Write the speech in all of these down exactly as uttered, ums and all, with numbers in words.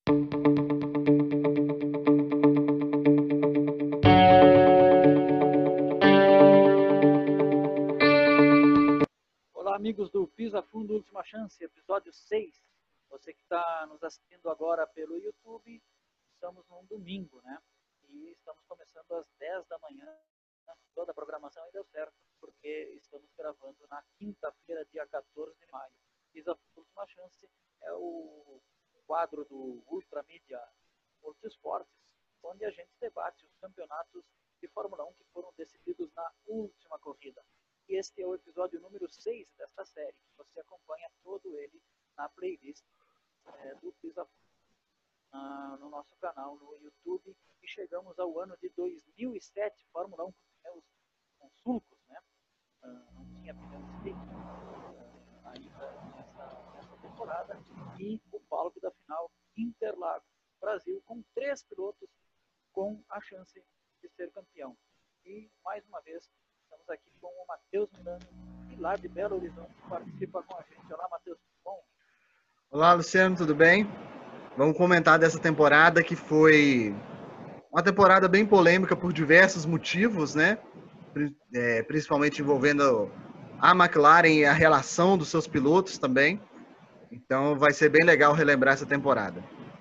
Olá, amigos do Pisa Fundo Última Chance, episódio seis. Você que está nos assistindo agora pelo YouTube, estamos num domingo, né? E estamos começando às dez da manhã. Toda a programação aí deu certo, porque estamos gravando na quinta-feira, dia quatorze de maio. Pisa Fundo Última Chance é o quadro do Ultra Mídia Multisportes, onde a gente debate os campeonatos de Fórmula um que foram decididos na última corrida. E este é o episódio número seis desta série. Você acompanha todo ele na playlist é, do Pisa ah, no nosso canal no YouTube. E chegamos ao ano de dois mil e sete, Fórmula um com pneus com sulcos, né? Ah, não tinha pneu stick ah, ainda nessa, nessa temporada. E o palco da final, Interlagos, Brasil, com três pilotos com a chance de ser campeão. E, mais uma vez, estamos aqui com o Matheus Milano, que lá de Belo Horizonte participa com a gente. Olá, Matheus, tudo bom? Olá, Luciano, tudo bem? Vamos comentar dessa temporada que foi uma temporada bem polêmica por diversos motivos, né? É, principalmente envolvendo a McLaren e a relação dos seus pilotos também. Então vai ser bem legal relembrar essa temporada.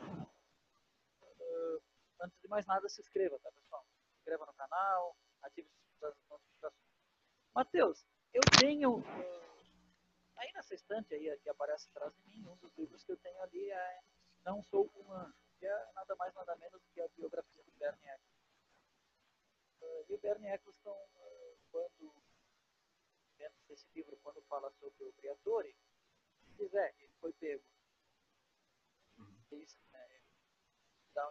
Uh, antes de mais nada, se inscreva, tá, pessoal? Se inscreva no canal, ative as notificações. Matheus, eu tenho... Uh, aí nessa estante aí que aparece atrás de mim, um dos livros que eu tenho ali é Não Sou um Anjo, que é nada mais nada menos do que a biografia do Bernie Eccleston. Uh, e o Bernie Eccleston, uh, quando dentro desse livro, quando fala sobre o Briatore, diz, é, ele foi pego. Isso, né, então,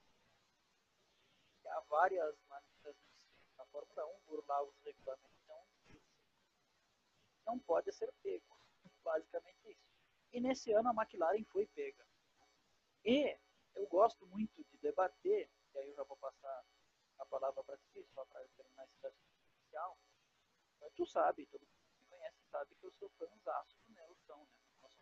há várias maneiras na Fórmula um burlar os regulamentos, então não pode ser pego. Basicamente isso. E nesse ano a McLaren foi pega. E eu gosto muito de debater, e aí eu já vou passar a palavra para ti, só para terminar esse teste inicial. Tu sabe, todo mundo que me conhece sabe que eu sou fãzaço do Nelson, né?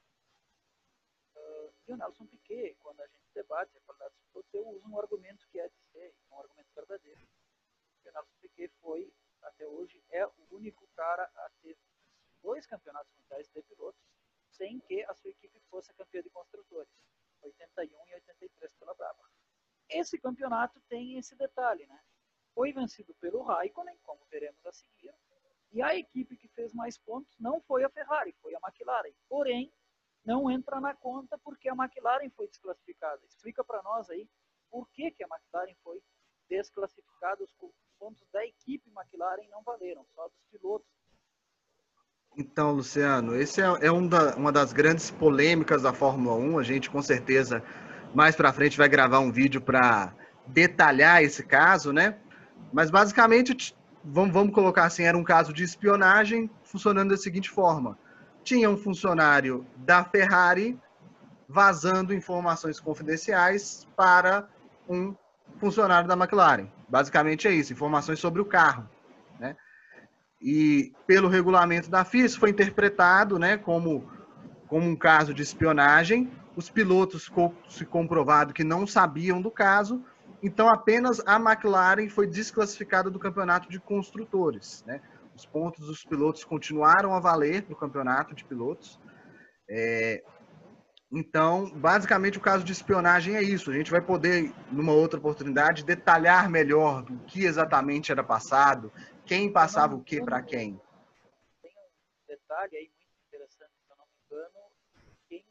Uh, e o Nelson Piquet, quando a gente debate a qualidade dos pilotos, eu uso um argumento que é dizer, um argumento verdadeiro. O Nelson Piquet foi, até hoje, é o único cara a ter dois campeonatos mundiais de pilotos sem que a sua equipe fosse a campeã de construtores, oitenta e um e oitenta e três pela Brabham. Esse campeonato tem esse detalhe, né? Foi vencido pelo Raikkonen, como veremos a seguir, e a equipe que fez mais pontos não foi a Ferrari, foi a McLaren. Porém, não entra na conta porque a McLaren foi desclassificada. Explica para nós aí por que, que a McLaren foi desclassificada, os pontos da equipe McLaren não valeram, só dos pilotos. Então, Luciano, esse é, é um da, uma das grandes polêmicas da Fórmula um. A gente, com certeza, mais para frente vai gravar um vídeo para detalhar esse caso, né? Mas, basicamente, vamos, vamos colocar assim, era um caso de espionagem funcionando da seguinte forma. Tinha um funcionário da Ferrari vazando informações confidenciais para um funcionário da McLaren. Basicamente é isso, informações sobre o carro, né? E pelo regulamento da F I A, isso foi interpretado, né, como, como um caso de espionagem. Os pilotos se comprovado que não sabiam do caso, então apenas a McLaren foi desclassificada do campeonato de construtores, né? Os pontos dos pilotos continuaram a valer para o campeonato de pilotos. É, então, basicamente, o caso de espionagem é isso. A gente vai poder, numa outra oportunidade, detalhar melhor do que exatamente era passado, quem passava o que para quem. Tem um detalhe aí muito interessante, se eu não me engano, quem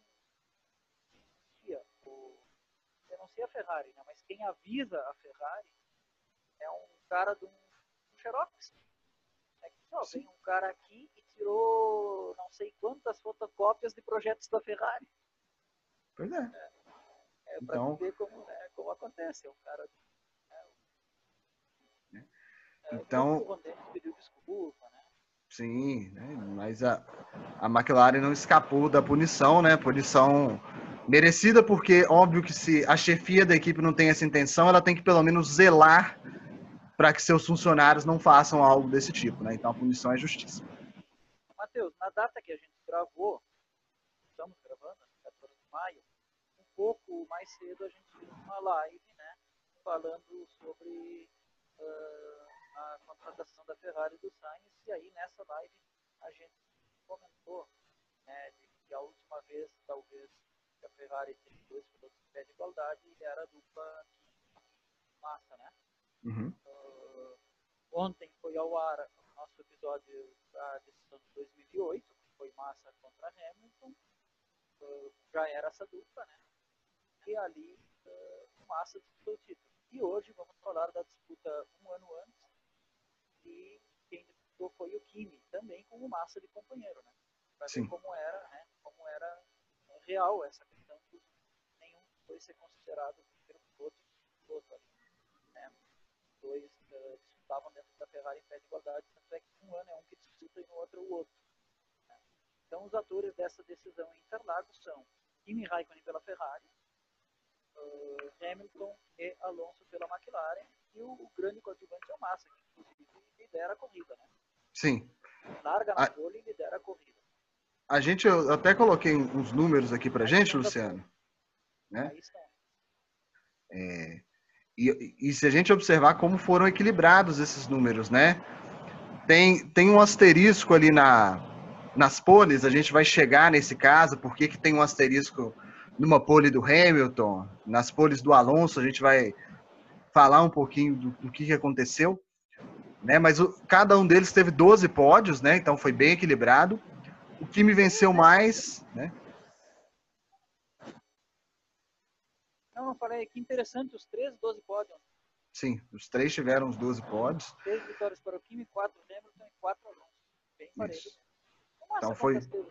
eu não sei a Ferrari, né, mas quem avisa a Ferrari é um cara de um, um Xerox. É que só vem um cara aqui e tirou não sei quantas fotocópias de projetos da Ferrari. Pois é. É, é para então... ver como, né, como acontece. É um cara. Né, é, então. O Rondeau pediu desculpa, né? Sim, né, mas a, a McLaren não escapou da punição, né? Punição merecida, porque óbvio que se a chefia da equipe não tem essa intenção, ela tem que pelo menos zelar para que seus funcionários não façam algo desse tipo, né? Então a punição é justiça. Matheus, na data que a gente gravou, estamos gravando, quatorze de maio, um pouco mais cedo a gente fez uma live, né, falando sobre uh, a contratação da Ferrari e do Sainz, e aí nessa live a gente comentou, né, de que a última vez, talvez, que a Ferrari teve dois pilotos em pé de igualdade era a dupla Massa, né? Uhum. Uh, ontem foi ao ar o nosso episódio da decisão de dois mil e oito, que foi Massa contra Hamilton, uh, já era essa dupla, né? E ali uh, o Massa disputou o título. E hoje vamos falar da disputa um ano antes, e quem disputou foi o Kimi, também com o Massa de companheiro, né? Para ver como era, né? Como era real essa questão de nenhum foi ser considerado pelo piloto e piloto ali, né? Os dois uh, disputavam dentro da Ferrari em pé de igualdade, tanto é que um ano é um que disputa e no outro é o outro, né? Então os atores dessa decisão em Interlagos são Kimi Raikkonen pela Ferrari, uh, Hamilton e Alonso pela McLaren, e o, o grande coadjuvante é o Massa, que inclusive lidera a corrida, né? Sim. Larga na pole e lidera a corrida. A gente, eu até coloquei uns números aqui pra gente, Luciano. Né? Aí estão. É, e, e se a gente observar como foram equilibrados esses números, né? Tem, tem um asterisco ali na, nas poles, a gente vai chegar nesse caso, por que que tem um asterisco numa pole do Hamilton, nas poles do Alonso, a gente vai falar um pouquinho do, do que, que aconteceu, né? Mas o, cada um deles teve doze pódios, né? Então foi bem equilibrado. O Kimi venceu mais, né? Não, eu falei que interessante, os três, doze pódios. Sim, os três tiveram os doze pódios. Três vitórias para o Kimi, quatro Hamilton e quatro Alonso. Bem parelho. O Então foi. Teve,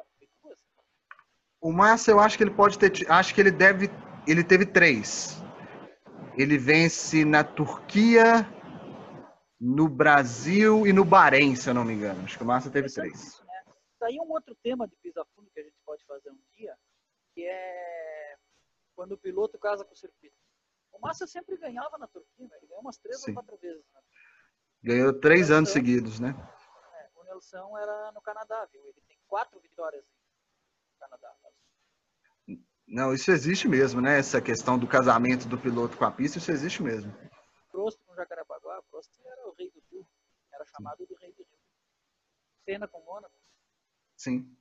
o Massa, eu acho que ele pode ter. Acho que ele deve. Ele teve três. Ele vence na Turquia, no Brasil e no Bahrein, se eu não me engano. Acho que o Massa teve três. Isso, né? Daí um outro tema de pisa-fundo que a gente pode fazer um dia, que é quando o piloto casa com o circuito. O Massa sempre ganhava na Turquia, né? Ele ganhou umas três Sim. ou quatro vezes. Né? Ganhou três Nelson, anos seguidos, né? É, o Nelson era no Canadá, viu? Ele tem quatro vitórias no Canadá. Não, isso existe mesmo, né? Essa questão do casamento do piloto com a pista, isso existe mesmo. Prost com Jacarepaguá, Prost era o rei do Rio, era chamado Sim. do rei do Rio. Senna com Mônaco. Sim.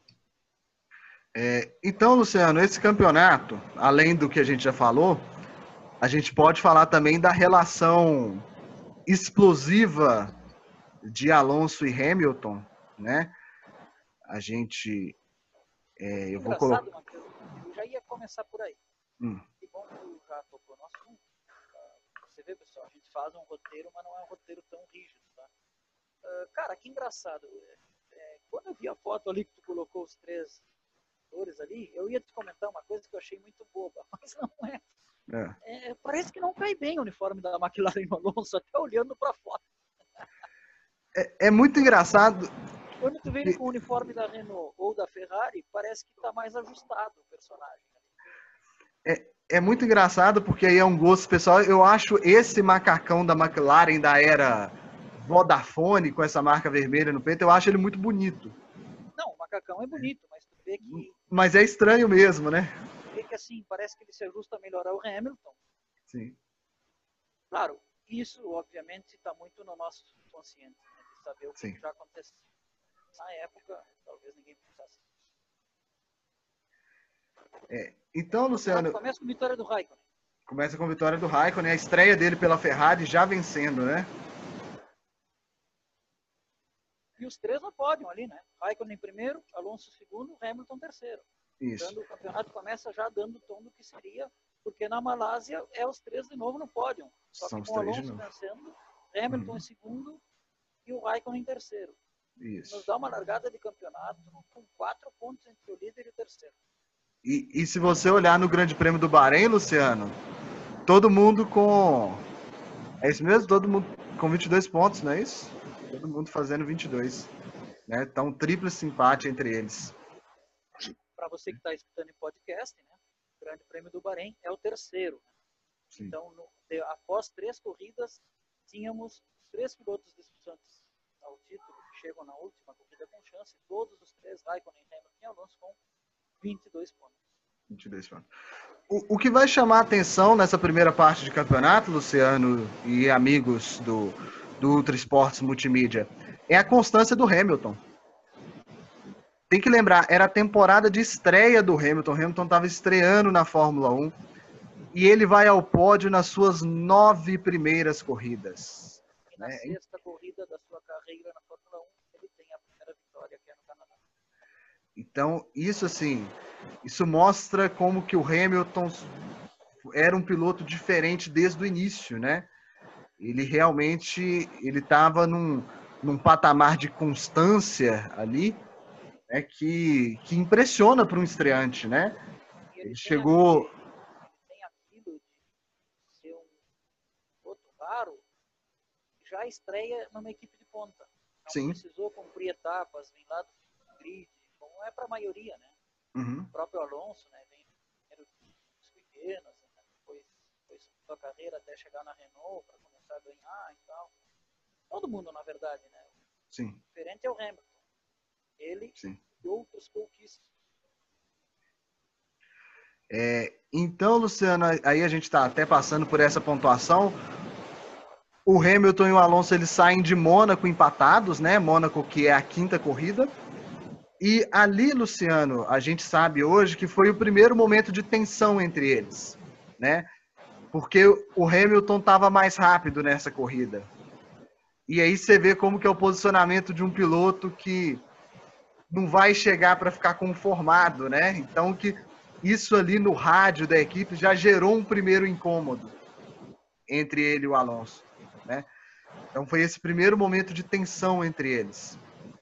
É, então, Luciano, esse campeonato, além do que a gente já falou, a gente pode falar também da relação explosiva de Alonso e Hamilton, né? A gente, é, eu vou colocar. Eu já ia começar por aí. Hum. Que bom que tu já tocou no assunto. Você vê, pessoal, a gente faz um roteiro, mas não é um roteiro tão rígido, tá? Uh, cara, que engraçado. É, quando eu vi a foto ali que tu colocou os três atores ali, eu ia te comentar uma coisa que eu achei muito boba, mas não é. É. É, parece que não cai bem o uniforme da McLaren no Alonso, até olhando para a foto. É, é muito engraçado. Quando tu vê ele com o uniforme da Renault ou da Ferrari, parece que está mais ajustado o personagem. É, é muito engraçado porque aí é um gosto pessoal. Eu acho esse macacão da McLaren da era Vodafone, com essa marca vermelha no peito, eu acho ele muito bonito. Não, o macacão é bonito, mas tu vê que... Mas é estranho mesmo, né? Tu vê que assim, parece que ele se ajusta melhor ao Hamilton. Sim. Claro, isso obviamente está muito no nosso consciente, né, de saber o que, que já aconteceu. Na época, talvez ninguém pensasse. É, então, Luciano... Começa com a vitória do Raikkonen. Começa com a vitória do Raikkonen, a estreia dele pela Ferrari já vencendo, né? E os três no pódio ali, né? Raikkonen em primeiro, Alonso segundo, Hamilton terceiro. Isso. Dando, o campeonato começa já dando o tom do que seria, porque na Malásia é os três de novo no pódio. Só São que com o Alonso vencendo, Hamilton uhum. em segundo e o Raikkonen em terceiro. Isso. Nos dá uma largada de campeonato com quatro pontos entre o líder e o terceiro. E, e se você olhar no Grande Prêmio do Bahrein, Luciano, todo mundo com... É isso mesmo? Todo mundo com vinte e dois pontos, não é isso? Todo mundo fazendo vinte e dois. Né? Tá um triplo empate entre eles. Para você que está escutando em podcast, né? O Grande Prêmio do Bahrein é o terceiro. Né? Então, no, de, após três corridas, tínhamos três pilotos disputantes ao título, que chegam na última corrida com chance, todos os três, Raikkonen, Hamilton e Alonso, com vinte e dois pontos. vinte e dois pontos. O, o que vai chamar a atenção nessa primeira parte de campeonato, Luciano e amigos do, do Ultra Esportes Multimídia, é a constância do Hamilton. Tem que lembrar, era a temporada de estreia do Hamilton. O Hamilton estava estreando na Fórmula um e ele vai ao pódio nas suas nove primeiras corridas. E na né? sexta corrida da sua carreira na Fórmula um, ele tem a primeira vitória, que é no Canadá. Então, isso assim, isso mostra como que o Hamilton era um piloto diferente desde o início, né? Ele realmente, ele estava num, num patamar de constância ali, né, que, que impressiona para um estreante, né? Ele, ele chegou... Aquilo, ele tem aquilo de ser um piloto raro, já estreia numa equipe de ponta. Não Sim. precisou cumprir etapas, vem lá do grid, como é para a maioria, né? Uhum. O próprio Alonso, né? Vem primeiro dos pequenos, né? depois, depois sua carreira até chegar na Renault para começar a ganhar e tal. Todo mundo, na verdade, né? Sim. O diferente é o Hamilton. Ele Sim. e outros pouquíssimos. É, então, Luciano, aí a gente está até passando por essa pontuação. O Hamilton e o Alonso eles saem de Mônaco empatados, né? Mônaco que é a quinta corrida. E ali, Luciano, a gente sabe hoje que foi o primeiro momento de tensão entre eles, né? Porque o Hamilton estava mais rápido nessa corrida. E aí você vê como que é o posicionamento de um piloto que não vai chegar para ficar conformado, né? Então que isso ali no rádio da equipe já gerou um primeiro incômodo entre ele e o Alonso, né? Então foi esse primeiro momento de tensão entre eles.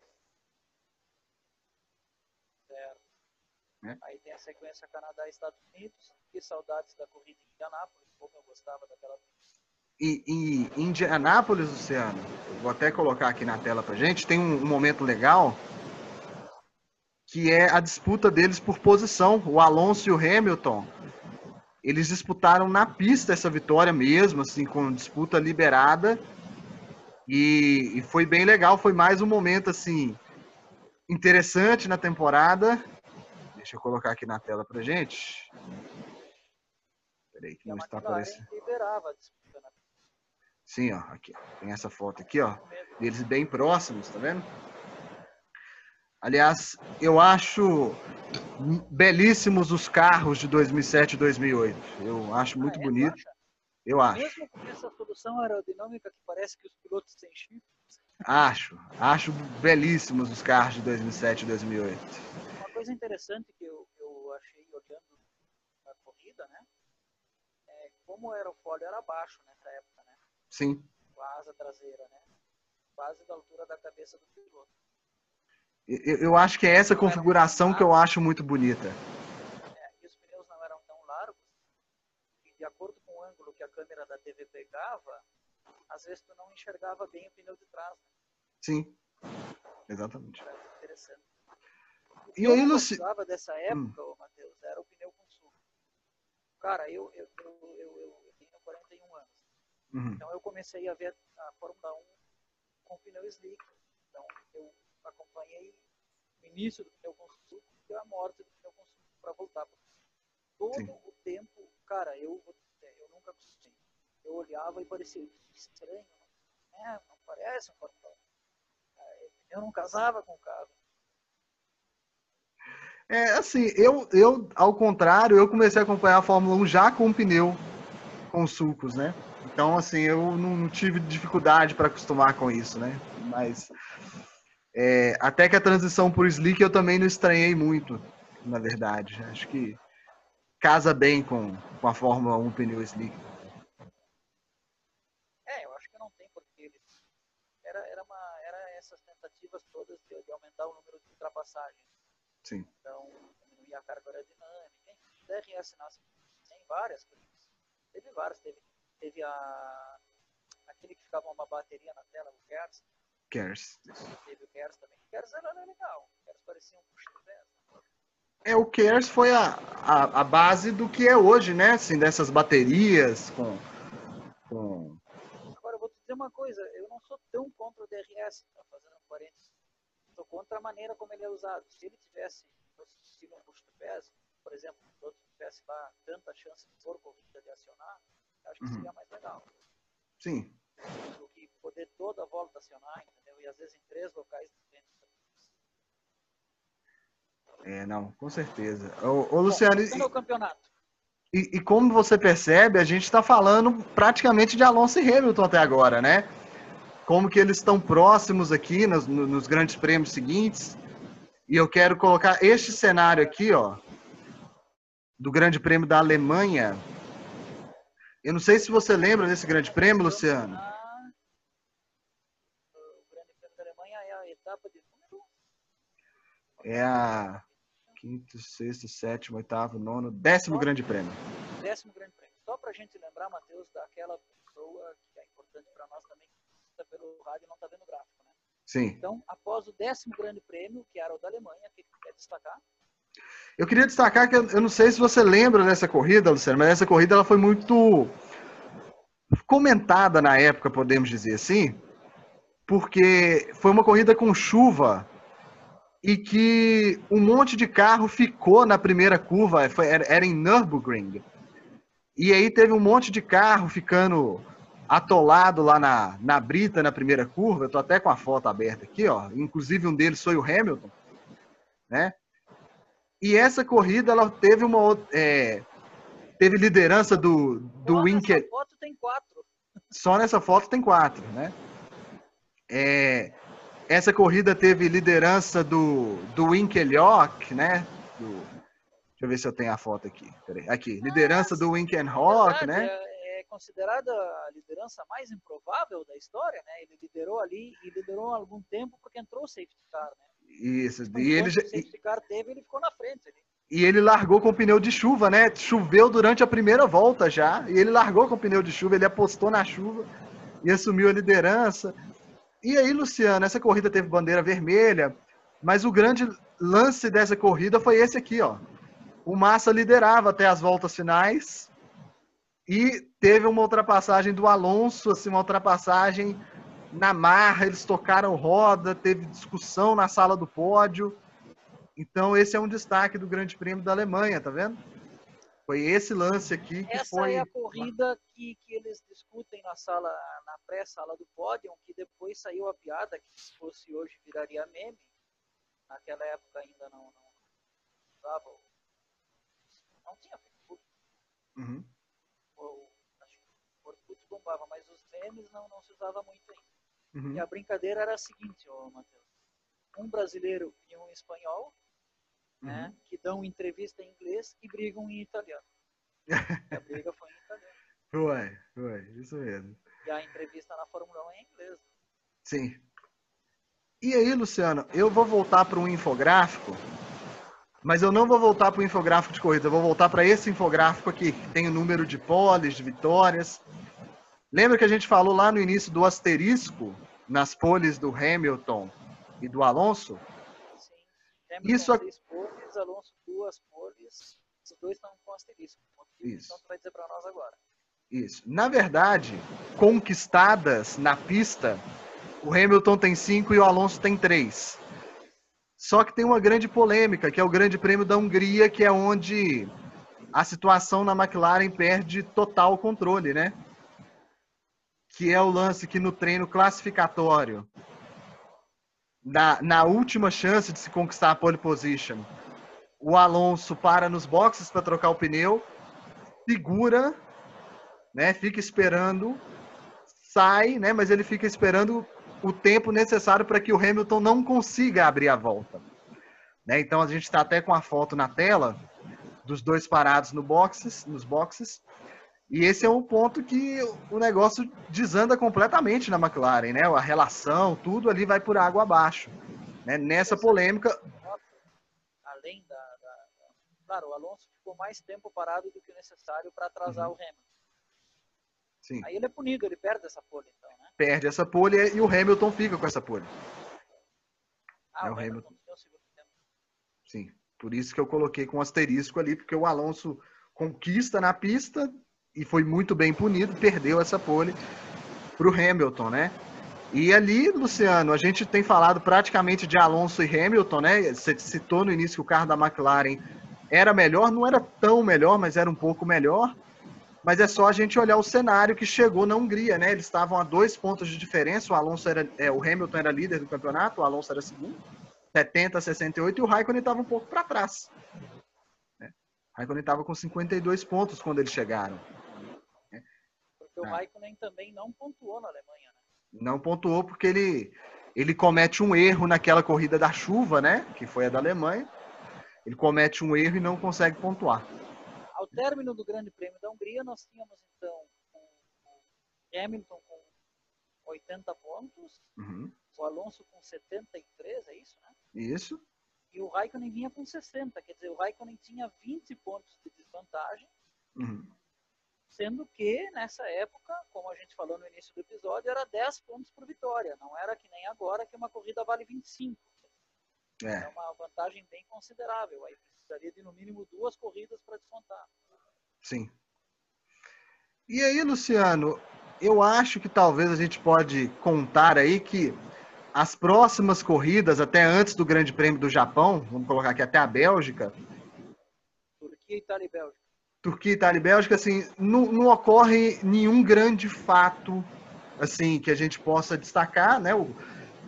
Certo. Né? Aí tem a sequência Canadá e Estados Unidos. Que saudades da corrida em Indianápolis, como eu gostava daquela. E em Indianápolis, Luciano, vou até colocar aqui na tela pra gente, tem um, um momento legal que é a disputa deles por posição. O Alonso e o Hamilton, eles disputaram na pista essa vitória mesmo, assim, com disputa liberada. E, e foi bem legal, foi mais um momento, assim, interessante na temporada. Deixa eu colocar aqui na tela pra gente. Peraí que não está aparecendo. Liberava a disputa, né? Sim, ó, aqui, tem essa foto aqui, ó, deles bem próximos, tá vendo? Aliás, eu acho belíssimos os carros de dois mil e sete e dois mil e oito. Eu acho muito ah, é? bonito. Eu acho. Mesmo com essa solução aerodinâmica que parece que os pilotos têm chifres. Acho. Acho belíssimos os carros de dois mil e sete e dois mil e oito. Uma coisa interessante que eu, eu achei olhando a corrida, né? É como era o aerofólio era baixo nessa época, né? Sim. Com a asa traseira, né? Quase da altura da cabeça do piloto. Eu, eu acho que é essa configuração que eu acho muito bonita. É, e os pneus não eram tão largos, e de acordo com o ângulo que a câmera da T V pegava, às vezes tu não enxergava bem o pneu de trás. Né? Sim, exatamente. Era interessante. O que e eu aí, não Luci... gostava dessa época, hum. Matheus, era o pneu com suco. Cara, eu, eu, eu, eu, eu, eu tenho quarenta e um anos. Uhum. Então eu comecei a ver a Fórmula um com pneu slick. Então eu acompanhei o início do pneu com suco e a morte do pneu com suco para voltar. Todo Sim. o tempo, cara, eu, eu nunca acostumei. Eu olhava e parecia estranho. Não, é, não parece um Fórmula um. Eu não casava com o carro. É, assim, eu, eu, ao contrário, eu comecei a acompanhar a Fórmula um já com pneu com sulcos, né? Então, assim, eu não, não tive dificuldade para acostumar com isso, né? Mas é, até que a transição por slick eu também não estranhei muito, na verdade. Acho que casa bem com, com a Fórmula um pneu slick. É, eu acho que não tem porque era, era, uma, era essas tentativas todas de, de aumentar o número de ultrapassagens. Sim. Então, diminuir a carga aerodinâmica. O D R S nasce tem várias coisas. Teve várias. Teve, teve a, aquele que ficava uma bateria na tela, o KERS. KERS. Teve o KERS também. O KERS era legal. O KERS parecia um puxa-pés. É, o KERS foi a, a, a base do que é hoje, né? Assim, dessas baterias com, com... Agora, eu vou te dizer uma coisa. Eu não sou tão contra o D R S, tá fazendo um parênteses. Estou contra a maneira como ele é usado. Se ele tivesse sido um puxa-pés, por exemplo, se todos tivessem lá tanta chance de for corrida de acionar, eu acho que Uhum. seria mais legal. Sim. Do que poder toda a volta acionar, entendeu? E às vezes em três locais diferentes. É, não, com certeza. Ô, ô Luciano, Bom, no campeonato. E, e como você percebe, a gente está falando praticamente de Alonso e Hamilton até agora, né? Como que eles estão próximos aqui nos, nos grandes prêmios seguintes. E eu quero colocar este cenário aqui, ó, do Grande Prêmio da Alemanha. Eu não sei se você lembra desse Grande Prêmio, Luciano. O Grande Prêmio da Alemanha é a etapa de número? É a quinto, sexto, sétimo, oitavo, nono, décimo Grande Prêmio. Décimo Grande Prêmio. Só para a gente lembrar, Matheus, daquela pessoa que é importante para nós também, que está pelo rádio e não está vendo o gráfico, né? Sim. Então, após o décimo Grande Prêmio, que era o da Alemanha, o que você quer destacar? Eu queria destacar que eu, eu não sei se você lembra dessa corrida, Luciano, mas essa corrida ela foi muito comentada na época, podemos dizer assim, porque foi uma corrida com chuva e que um monte de carro ficou na primeira curva, foi, era, era em Nürburgring. E aí teve um monte de carro ficando atolado lá na, na brita, na primeira curva. Eu tô até com a foto aberta aqui, ó. Inclusive um deles foi o Hamilton, né? E essa corrida, ela teve uma outra, é, teve liderança do, do Winkel. Só nessa foto tem quatro. Só nessa foto tem quatro, né? É, essa corrida teve liderança do, do Winkelhock, né? Do, deixa eu ver se eu tenho a foto aqui. Peraí. Aqui, liderança ah, do Winkelhock, né? É, é considerada a liderança mais improvável da história, né? Ele liderou ali e liderou há algum tempo porque entrou o safety car, né? Isso. Então, e ele o safety car teve, ele ficou na frente ali. E ele largou com pneu de chuva, né? Choveu durante a primeira volta já. E ele largou com pneu de chuva, ele apostou na chuva e assumiu a liderança. E aí, Luciano, essa corrida teve bandeira vermelha, mas o grande lance dessa corrida foi esse aqui, ó. O Massa liderava até as voltas finais e teve uma ultrapassagem do Alonso, assim, uma ultrapassagem na marra, eles tocaram roda, teve discussão na sala do pódio. Então, esse é um destaque do Grande Prêmio da Alemanha, tá vendo? Foi esse lance aqui que Essa foi... é a corrida que, que eles discutem na sala, na pré-sala do pódio, que depois saiu a piada que se fosse hoje viraria meme. Naquela época ainda não não usava, não tinha Facebook. Uhum. Ou, acho que o Orkut bombava, mas os memes não, não se usava muito ainda. Uhum. E a brincadeira era a seguinte, ô Matheus. Um brasileiro e um espanhol, uhum. né, que dão entrevista em inglês e brigam em italiano. E a briga foi em italiano. Foi, foi, isso mesmo. E a entrevista na Fórmula um é em inglês. Sim. E aí, Luciano, eu vou voltar para um infográfico, mas eu não vou voltar para o infográfico de corrida, eu vou voltar para esse infográfico aqui, que tem o número de poles, de vitórias. Lembra que a gente falou lá no início do asterisco nas poles do Hamilton e do Alonso? Sim. Hamilton Isso a... seis poles, Alonso duas poles, os dois estão com asterisco. Isso. Então tu vai dizer para nós agora. Isso. Na verdade, conquistadas na pista, o Hamilton tem cinco e o Alonso tem três. Só que tem uma grande polêmica, que é o Grande Prêmio da Hungria, que é onde a situação na McLaren perde total controle, né? Que é o lance que no treino classificatório, na, na última chance de se conquistar a pole position, o Alonso para nos boxes para trocar o pneu, segura, né? Fica esperando, sai, né? Mas ele fica esperando o tempo necessário para que o Hamilton não consiga abrir a volta, né? Então a gente está até com a foto na tela dos dois parados no boxes, nos boxes, e esse é um ponto que o negócio desanda completamente na McLaren, né? A relação, tudo ali vai por água abaixo, né? Nessa polêmica. Além da, da, da... Claro, o Alonso ficou mais tempo parado do que o necessário para atrasar uhum. o Hamilton. Sim. Aí ele é punido, ele perde essa pole, então, né? Perde essa pole e o Hamilton fica com essa pole. Ah, é o, o Hamilton. Hamilton. Sim, por isso que eu coloquei com um asterisco ali, porque o Alonso conquista na pista e foi muito bem punido, perdeu essa pole para o Hamilton, né? E ali, Luciano, a gente tem falado praticamente de Alonso e Hamilton, né? Você citou no início que o carro da McLaren era melhor, não era tão melhor, mas era um pouco melhor. Mas é só a gente olhar o cenário que chegou na Hungria, né? Eles estavam a dois pontos de diferença. O Alonso era, é, o Hamilton era líder do campeonato, o Alonso era segundo, setenta a sessenta e oito, e o Raikkonen estava um pouco para trás. Né? O Raikkonen estava com cinquenta e dois pontos quando eles chegaram. Né? Porque o ah. Raikkonen também não pontuou na Alemanha, né? Não pontuou porque ele, ele comete um erro naquela corrida da chuva, né? Que foi a da Alemanha. Ele comete um erro e não consegue pontuar. Ao término do Grande Prêmio da Hungria, nós tínhamos, então, o Hamilton com oitenta pontos, uhum. o Alonso com setenta e três, é isso, né? Isso. E o Raikkonen vinha com sessenta, quer dizer, o Raikkonen tinha vinte pontos de desvantagem, uhum. sendo que, nessa época, como a gente falou no início do episódio, era dez pontos por vitória, não era que nem agora, que uma corrida vale vinte e cinco. É. é uma vantagem bem considerável. Aí precisaria de no mínimo duas corridas para descontar. Sim. E aí, Luciano, eu acho que talvez a gente pode contar aí que as próximas corridas, até antes do Grande Prêmio do Japão, vamos colocar aqui até a Bélgica. Turquia, Itália e Bélgica. Turquia, Itália e Bélgica, assim, não, não ocorre nenhum grande fato assim que a gente possa destacar, né? O,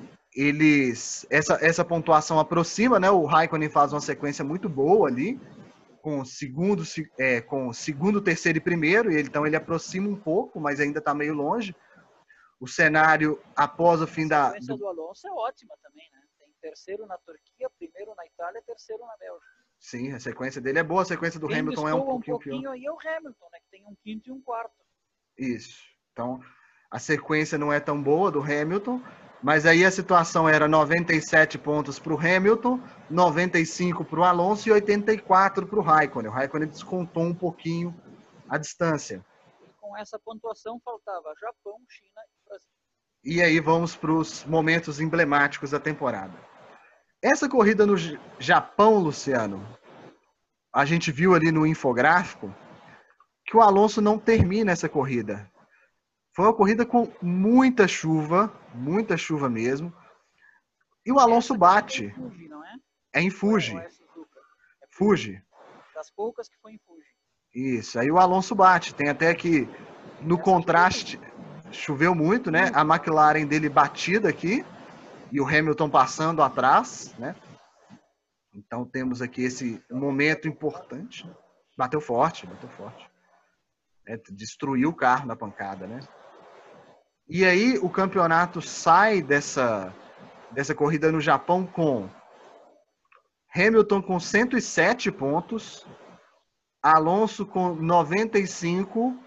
Eles, essa, essa pontuação aproxima, né? O Raikkonen faz uma sequência muito boa ali, com segundo, é, com segundo, terceiro e primeiro, e ele, então ele aproxima um pouco, mas ainda está meio longe. O cenário após o fim da... A sequência do... do Alonso é ótima também, né? Tem terceiro na Turquia, primeiro na Itália, terceiro na Bélgica. Sim, a sequência dele é boa, a sequência do Quem Hamilton é um pouquinho, um pouquinho pior. Aí é o Hamilton, né? Que tem um quinto e um quarto. Isso. Então, a sequência não é tão boa do Hamilton, mas aí a situação era noventa e sete pontos para o Hamilton, noventa e cinco para o Alonso e oitenta e quatro para o Raikkonen. O Raikkonen descontou um pouquinho a distância. E com essa pontuação faltava Japão, China e Brasil. E aí vamos para os momentos emblemáticos da temporada. Essa corrida no Japão, Luciano, a gente viu ali no infográfico que o Alonso não termina essa corrida. Foi uma corrida com muita chuva, muita chuva mesmo. E o Alonso Essa bate. É em Fuji, não é? É em Fuji. Ou é Suzuka? É Fuji. Das poucas que foi em Fuji. Isso. Aí o Alonso bate. Tem até que no Essa contraste choveu muito, né? A McLaren dele batida aqui e o Hamilton passando atrás, né? Então temos aqui esse momento importante. Bateu forte, bateu forte. É, destruiu o carro na pancada, né? E aí o campeonato sai dessa, dessa corrida no Japão com Hamilton com cento e sete pontos, Alonso com noventa e cinco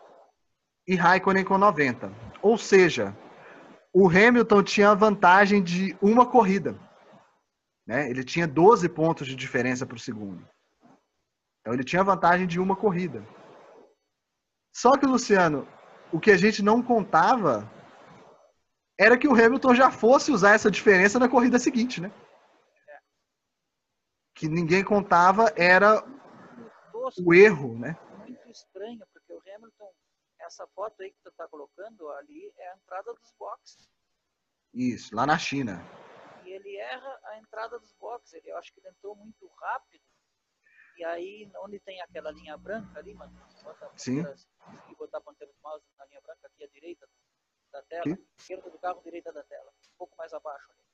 e Raikkonen com noventa. Ou seja, o Hamilton tinha a vantagem de uma corrida. Né? Ele tinha doze pontos de diferença para o segundo. Então ele tinha vantagem de uma corrida. Só que, Luciano, o que a gente não contava era que o Hamilton já fosse usar essa diferença na corrida seguinte, né? É. Que ninguém contava era o erro, né? Muito estranho, porque o Hamilton, essa foto aí que tu tá colocando ali é a entrada dos boxes. Isso, lá na China. E ele erra a entrada dos boxes. Ele, eu acho que ele entrou muito rápido. E aí, onde tem aquela linha branca ali, mano, bota a bandeira, se botar a ponteira do mouse na linha branca aqui à direita da tela, que? Esquerda do carro, direita da tela, um pouco mais abaixo ali.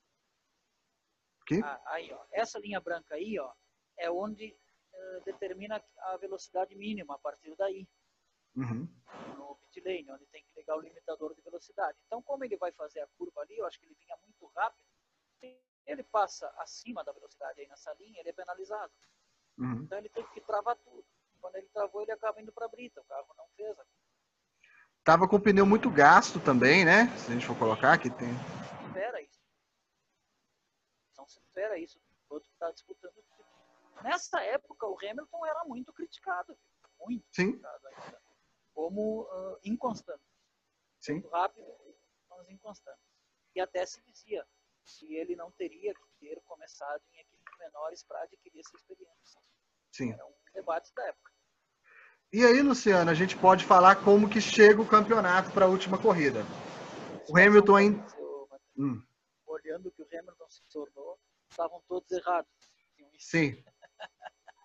Que? Ah, aí, ó, essa linha branca aí, ó, é onde uh, determina a velocidade mínima a partir daí. Uhum. No pit lane, onde tem que ligar o limitador de velocidade. Então, como ele vai fazer a curva ali, eu acho que ele vinha muito rápido. Se ele passa acima da velocidade aí nessa linha, ele é penalizado. Uhum. Então ele teve que travar tudo. Quando ele travou, ele acaba indo para a brita. O carro não fez. Tava com o pneu muito gasto também, né? Se a gente for colocar aqui tem. Espera isso. Não se espera isso. O outro que está disputando. Nessa época, o Hamilton era muito criticado. Muito Sim. criticado ainda. Como uh, inconstante. Sim. Muito rápido, mas inconstante. E até se dizia que ele não teria que ter começado em equipes menores para adquirir essa experiência. Sim. Era um debate da época. E aí, Luciano, a gente pode falar como que chega o campeonato para a última corrida. O Hamilton ainda... Hum. Olhando que o Hamilton se tornou, estavam todos errados. Sim.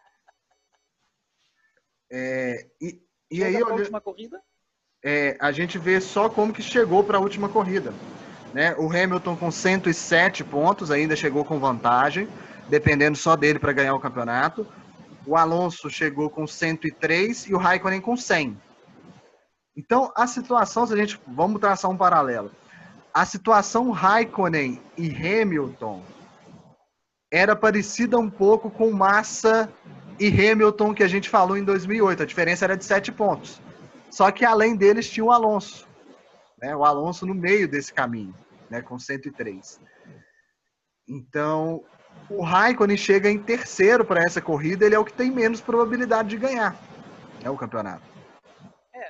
É, e, e Chega aí, para a olha, última corrida? é, a gente vê só como que chegou para a última corrida. Né? O Hamilton com cento e sete pontos, ainda chegou com vantagem, dependendo só dele para ganhar o campeonato. O Alonso chegou com cento e três e o Raikkonen com cem. Então, a situação, se a gente... Vamos traçar um paralelo. A situação Raikkonen e Hamilton era parecida um pouco com Massa e Hamilton que a gente falou em dois mil e oito. A diferença era de sete pontos. Só que além deles tinha o Alonso. Né? O Alonso no meio desse caminho, né? Com cento e três. Então, o Raikkonen chega em terceiro para essa corrida. Ele é o que tem menos probabilidade de ganhar, né, o campeonato. É.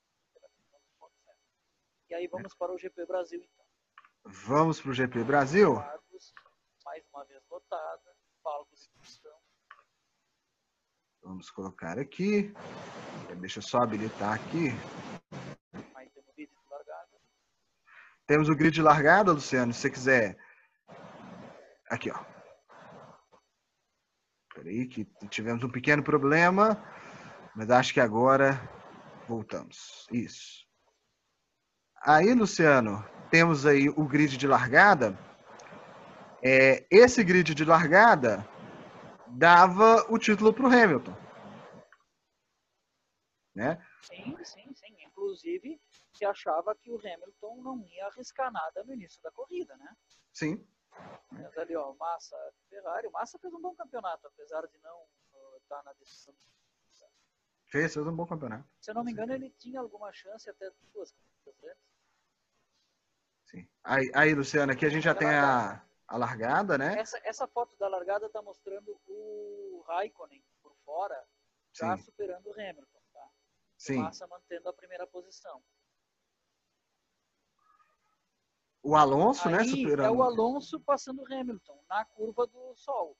E aí vamos para o G P Brasil, então. Vamos para o G P Brasil? Lagos, mais uma vez lotada, palco de discussão. Vamos colocar aqui. Deixa eu só habilitar aqui. Aí temos o grid de largada. Temos o grid de largada, Luciano, se você quiser. Aqui, ó. Peraí, que tivemos um pequeno problema, mas acho que agora voltamos. Isso. Aí, Luciano, temos aí o grid de largada. É, esse grid de largada dava o título para o Hamilton. Né? Sim, sim, sim. Inclusive, se achava que o Hamilton não ia arriscar nada no início da corrida, né? Sim. Mas ali, ó, o Massa, Ferrari. O Massa fez um bom campeonato, apesar de não estar uh, na decisão. Fez, fez um bom campeonato. Se eu não me engano, ele tinha alguma chance até duas corridas antes. Sim. Aí, aí, Luciano, aqui a gente já tem a, a largada, né? Essa, essa foto da largada está mostrando o Raikkonen por fora, já Sim. superando o Hamilton, tá? Sim. O Massa mantendo a primeira posição. O Alonso, aí, né, superando. É o Alonso passando o Hamilton na curva do Sol.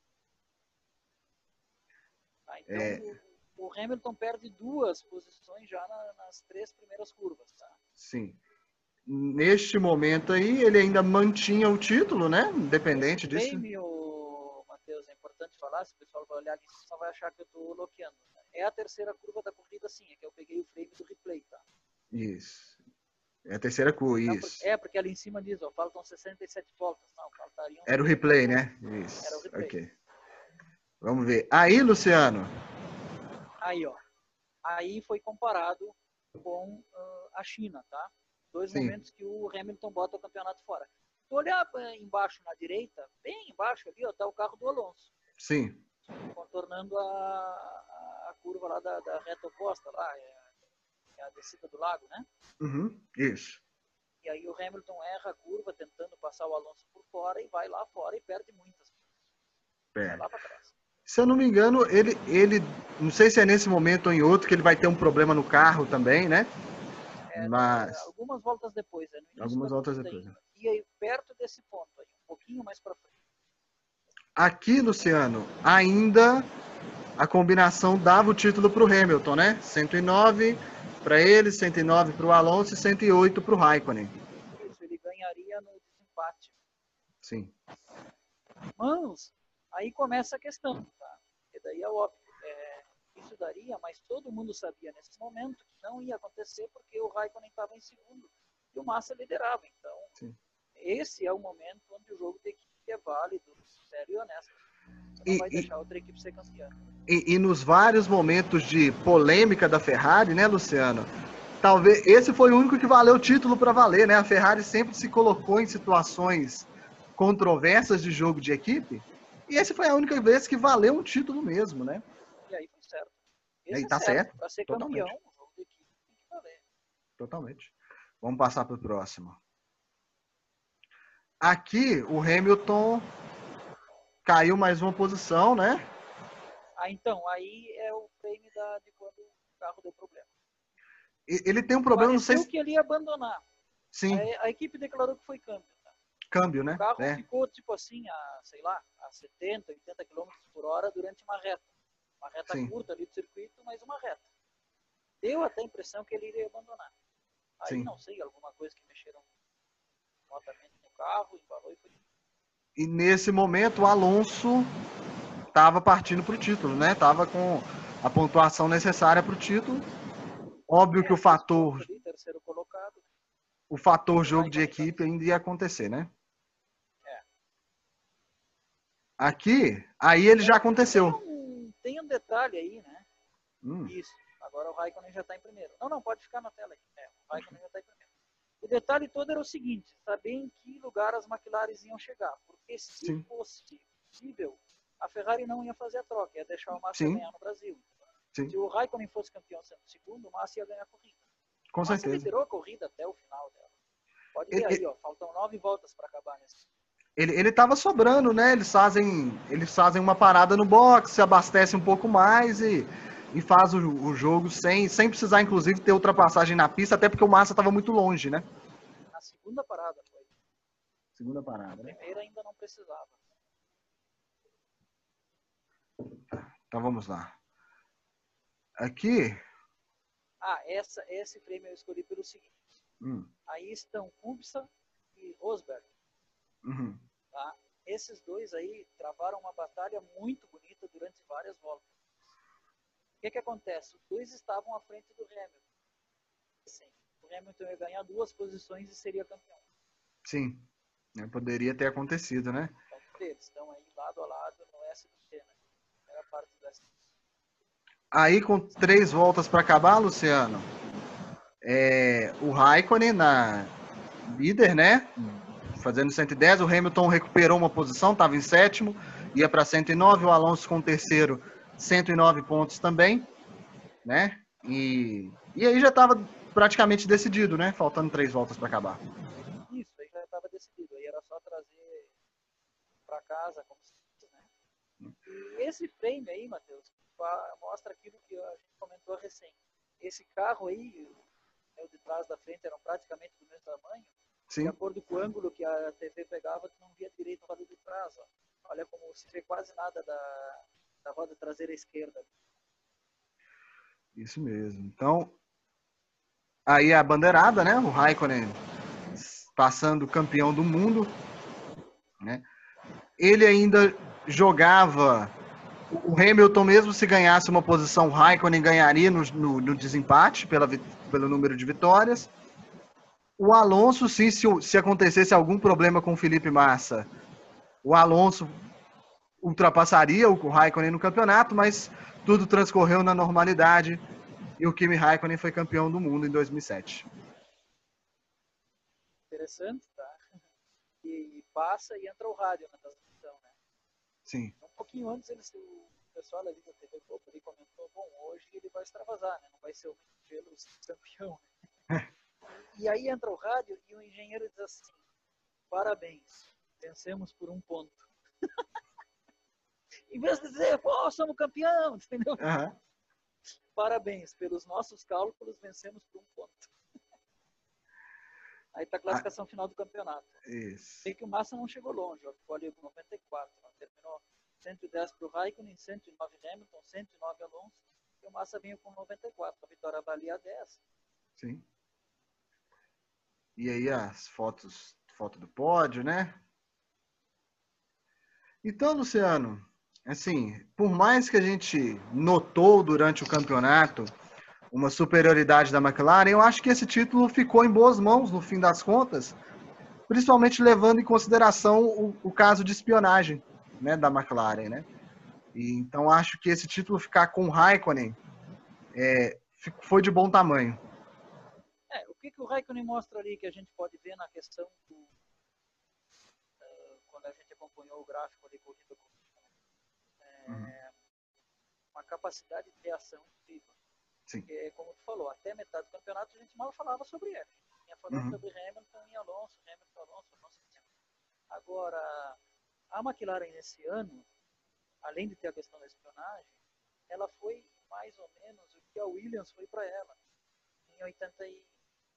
Tá? Então, É... o, o Hamilton perde duas posições já na, nas três primeiras curvas, tá? Sim. Neste momento aí, ele ainda mantinha o título, né? Independente Esse disso. prêmio, Matheus, é importante falar, se o pessoal vai olhar ali, só vai achar que eu estou bloqueando. Né? É a terceira curva da corrida, sim, é que eu peguei o frame do replay, tá? Isso. É a terceira curva, Não, isso. É, porque ali em cima diz, ó, faltam sessenta e sete voltas. Não, faltariam... Era o replay, né? Isso. Era o replay. Ok. Vamos ver. Aí, Luciano. Aí, ó. Aí foi comparado com uh, a China, tá? Dois Sim. momentos que o Hamilton bota o campeonato fora. Se olhar embaixo na direita, bem embaixo ali, ó, tá o carro do Alonso. Sim. Contornando a, a curva lá da, da reta oposta, lá, é a, é a descida do lago, né? Uhum. Isso. E aí o Hamilton erra a curva, tentando passar o Alonso por fora, e vai lá fora e perde muitas. Perde. Vai lá pra trás. Se eu não me engano, ele, ele, não sei se é nesse momento ou em outro, que ele vai ter um problema no carro também, né? É, Mas... é, algumas voltas depois, é, no início algumas da voltas corrida depois. ainda. E aí, perto desse ponto, aí, um pouquinho mais para frente. Aqui, Luciano, ainda a combinação dava o título para o Hamilton, né? cento e nove para ele, cento e nove para o Alonso e cento e oito para o Raikkonen. Isso, ele ganharia no desempate. Sim. Mas, aí começa a questão, tá? Porque daí é óbvio. É, isso daria, mas todo mundo sabia nesse momento que não ia acontecer porque o Raikkonen estava em segundo e o Massa liderava. Então, Sim. esse é o momento onde o jogo de equipe é válido, sério e honesto. Você não E, vai e, deixar outra equipe ser campeã. E, e nos vários momentos de polêmica da Ferrari, né, Luciano? Talvez esse foi o único que valeu o título para valer, né? A Ferrari sempre se colocou em situações controversas de jogo de equipe, e essa foi a única vez que valeu um título mesmo, né? E aí foi certo. Esse E é tá certo. certo. Para ser Totalmente. campeão, o jogo de equipe tem que valer. Totalmente. Vamos passar para o próximo. Aqui, o Hamilton caiu mais uma posição, né? Ah, então, aí é o frame da, de quando o carro deu problema. Ele tem um problema, Pareceu não sei se... que ele ia abandonar. Sim. A, a equipe declarou que foi câmbio. Tá? Câmbio, né? O carro é. ficou, tipo assim, a, sei lá, a setenta, oitenta quilômetros por hora durante uma reta. Uma reta Sim. curta ali do circuito, mas uma reta. Deu até a impressão que ele iria abandonar. Aí, Sim. não sei, alguma coisa que mexeram remotamente no carro, embalou e foi... E nesse momento, o Alonso estava partindo para o título, né? Tava com a pontuação necessária para o título. Óbvio É, que o fator, ali, terceiro colocado. o fator O jogo de Raikkonen equipe tá- ainda ia acontecer, né? É. Aqui, aí ele já Tem aconteceu. um, tem um detalhe aí, né? Hum, Isso. Agora o Raikkonen já está em primeiro. Não, não, pode ficar na tela aí. É, o Raikkonen já está em primeiro. O detalhe todo era o seguinte, saber em que lugar as McLaren iam chegar. Porque se sim, fosse possível, a Ferrari não ia fazer a troca, ia deixar o Massa sim, ganhar no Brasil. sim, Se o Raikkonen fosse campeão sendo segundo, o Massa ia ganhar a corrida. com O Massa certeza. liderou a corrida até o final dela. Pode ver Ele, aí, ele, ó, faltam nove voltas para acabar nesse. ele, ele tava sobrando, né? Eles fazem, eles fazem uma parada no box, se abastece um pouco mais e, e faz o, o jogo sem, sem precisar, inclusive, ter ultrapassagem na pista, até porque o Massa estava muito longe, né? Na segunda parada foi. Segunda Na parada, né? primeira ainda não precisava. Então vamos lá. Aqui. Ah, essa, esse prêmio eu escolhi pelo seguinte. Hum, Aí estão Kubica e Rosberg. uhum, Tá? Esses dois aí travaram uma batalha muito bonita durante várias voltas. O que, que acontece? Os dois estavam à frente do Hamilton. Sim, o Hamilton ia ganhar duas posições e seria campeão. sim. Né, poderia ter acontecido, né? Então, eles estão aí lado a lado no S do T, né? Era parte do S. Aí, com três voltas para acabar, Luciano, é, o Raikkonen na líder, né? Fazendo cento e dez, o Hamilton recuperou uma posição, estava em sétimo, ia para cento e nove, o Alonso com o terceiro, cento e nove pontos também, né? E, e aí já estava praticamente decidido, né? Faltando três voltas para acabar. Isso, aí já estava decidido. Aí era só trazer para casa, como se diz, né? E esse frame aí, Matheus, mostra aquilo que a gente comentou recém. Esse carro aí, o de trás da frente eram praticamente do mesmo tamanho. Sim. De acordo com o ângulo que a T V pegava, tu não via direito a roda de trás. Ó. Olha como se vê quase nada da, da roda traseira esquerda. Isso mesmo. Então, aí a bandeirada, né? O Raikkonen passando campeão do mundo, né? Ele ainda jogava. O Hamilton, mesmo se ganhasse uma posição, o Raikkonen ganharia no, no, no desempate pela, pelo número de vitórias. O Alonso, sim, se, se acontecesse algum problema com o Felipe Massa, o Alonso ultrapassaria o Raikkonen no campeonato, mas tudo transcorreu na normalidade e o Kimi Raikkonen foi campeão do mundo em dois mil e sete. Interessante, tá? E passa e entra o rádio na transmissão, né? Sim. Um pouquinho antes, eles, o pessoal ali da T V Globo ali comentou, bom, hoje ele vai extravasar, né? Não vai ser o gelo campeão. E, e aí entra o rádio e o engenheiro diz assim, parabéns, vencemos por um ponto. Em vez de dizer, pô, somos campeão, entendeu? Uhum. Parabéns, pelos nossos cálculos, vencemos por um ponto. Aí tá a classificação ah, final do campeonato. Isso. Sei que o Massa não chegou longe, ó, ficou ali com noventa e quatro. Ó, terminou cento e dez para o Raikkonen, cento e nove Hamilton, cento e nove Alonso. E o Massa vinha com noventa e quatro. A vitória valia dez. Sim. E aí as fotos, foto do pódio, né? Então, Luciano, assim, por mais que a gente notou durante o campeonato uma superioridade da McLaren, eu acho que esse título ficou em boas mãos no fim das contas, principalmente levando em consideração o, o caso de espionagem, né, da McLaren, né? E, então acho que esse título ficar com o Raikkonen é, foi de bom tamanho. É, o que, que o Raikkonen mostra ali que a gente pode ver na questão do uh, quando a gente acompanhou o gráfico ali corrida com é, uhum. uma capacidade de reação incrível. Sim. Porque, como tu falou, até metade do campeonato a gente mal falava sobre ele. Tinha falando uhum. sobre Hamilton e Alonso, Hamilton, Alonso, Alonso. Agora, a McLaren nesse ano, além de ter a questão da espionagem, ela foi mais ou menos o que a Williams foi para ela em oitenta e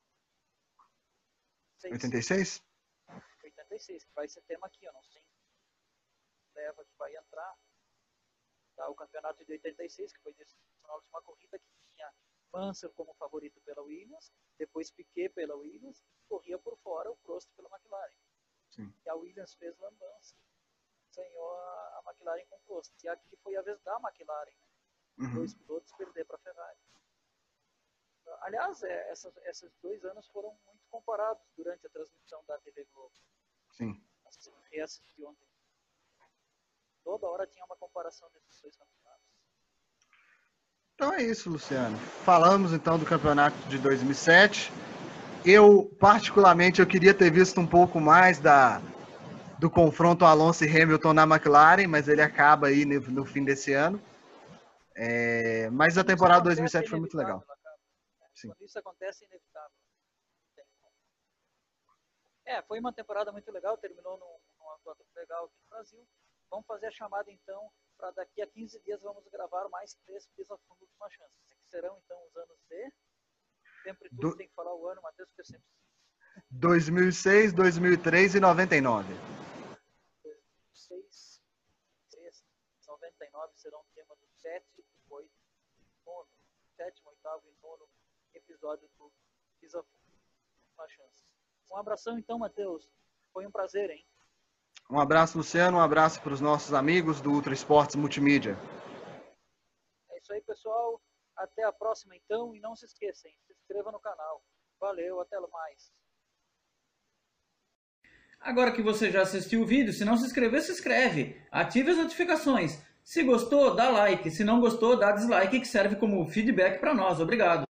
seis. oitenta e seis? oitenta e seis, que vai ser tema aqui, eu não sei. Leva que vai entrar. Tá, o campeonato de oitenta e seis, que foi na última corrida, que tinha Mansell como favorito pela Williams, depois Piquet pela Williams, corria por fora o Prost pela McLaren. Sim. E a Williams fez lambança, ganhou a, a McLaren com o Prost. E aqui foi a vez da McLaren, né? uhum. dois pilotos perder para a Ferrari. Aliás, é, essas, esses dois anos foram muito comparados durante a transmissão da T V Globo. Sim. Reassisti ontem. Toda hora tinha uma comparação desses dois campeonatos. Então é isso, Luciano. Falamos então do campeonato de dois mil e sete. Eu, particularmente, eu queria ter visto um pouco mais da, do confronto Alonso e Hamilton na McLaren, mas ele acaba aí no, no fim desse ano. É, mas a temporada dois mil e sete foi muito legal. Sim. Quando isso acontece, é inevitável. É, foi uma temporada muito legal, terminou num, num autódromo legal aqui no Brasil. Vamos fazer a chamada então, para daqui a quinze dias vamos gravar mais três Pisa Fundo Última Chance. Que serão então os anos de... Sempre tudo Do... tem que falar o ano, Matheus, que eu sempre... dois mil e seis, dois mil e três e noventa e nove. dois mil e seis, noventa e nove serão o tema do sete, oito, nono, sétimo, oitavo e nono episódio do Pisa Fundo Última Chance. Um abração então, Matheus. Foi um prazer, hein? Um abraço, Luciano. Um abraço para os nossos amigos do Ultra Esportes Multimídia. É isso aí, pessoal. Até a próxima, então. E não se esqueçam, se inscreva no canal. Valeu, até mais. Agora que você já assistiu o vídeo, se não se inscreveu, se inscreve. Ative as notificações. Se gostou, dá like. Se não gostou, dá dislike, que serve como feedback para nós. Obrigado.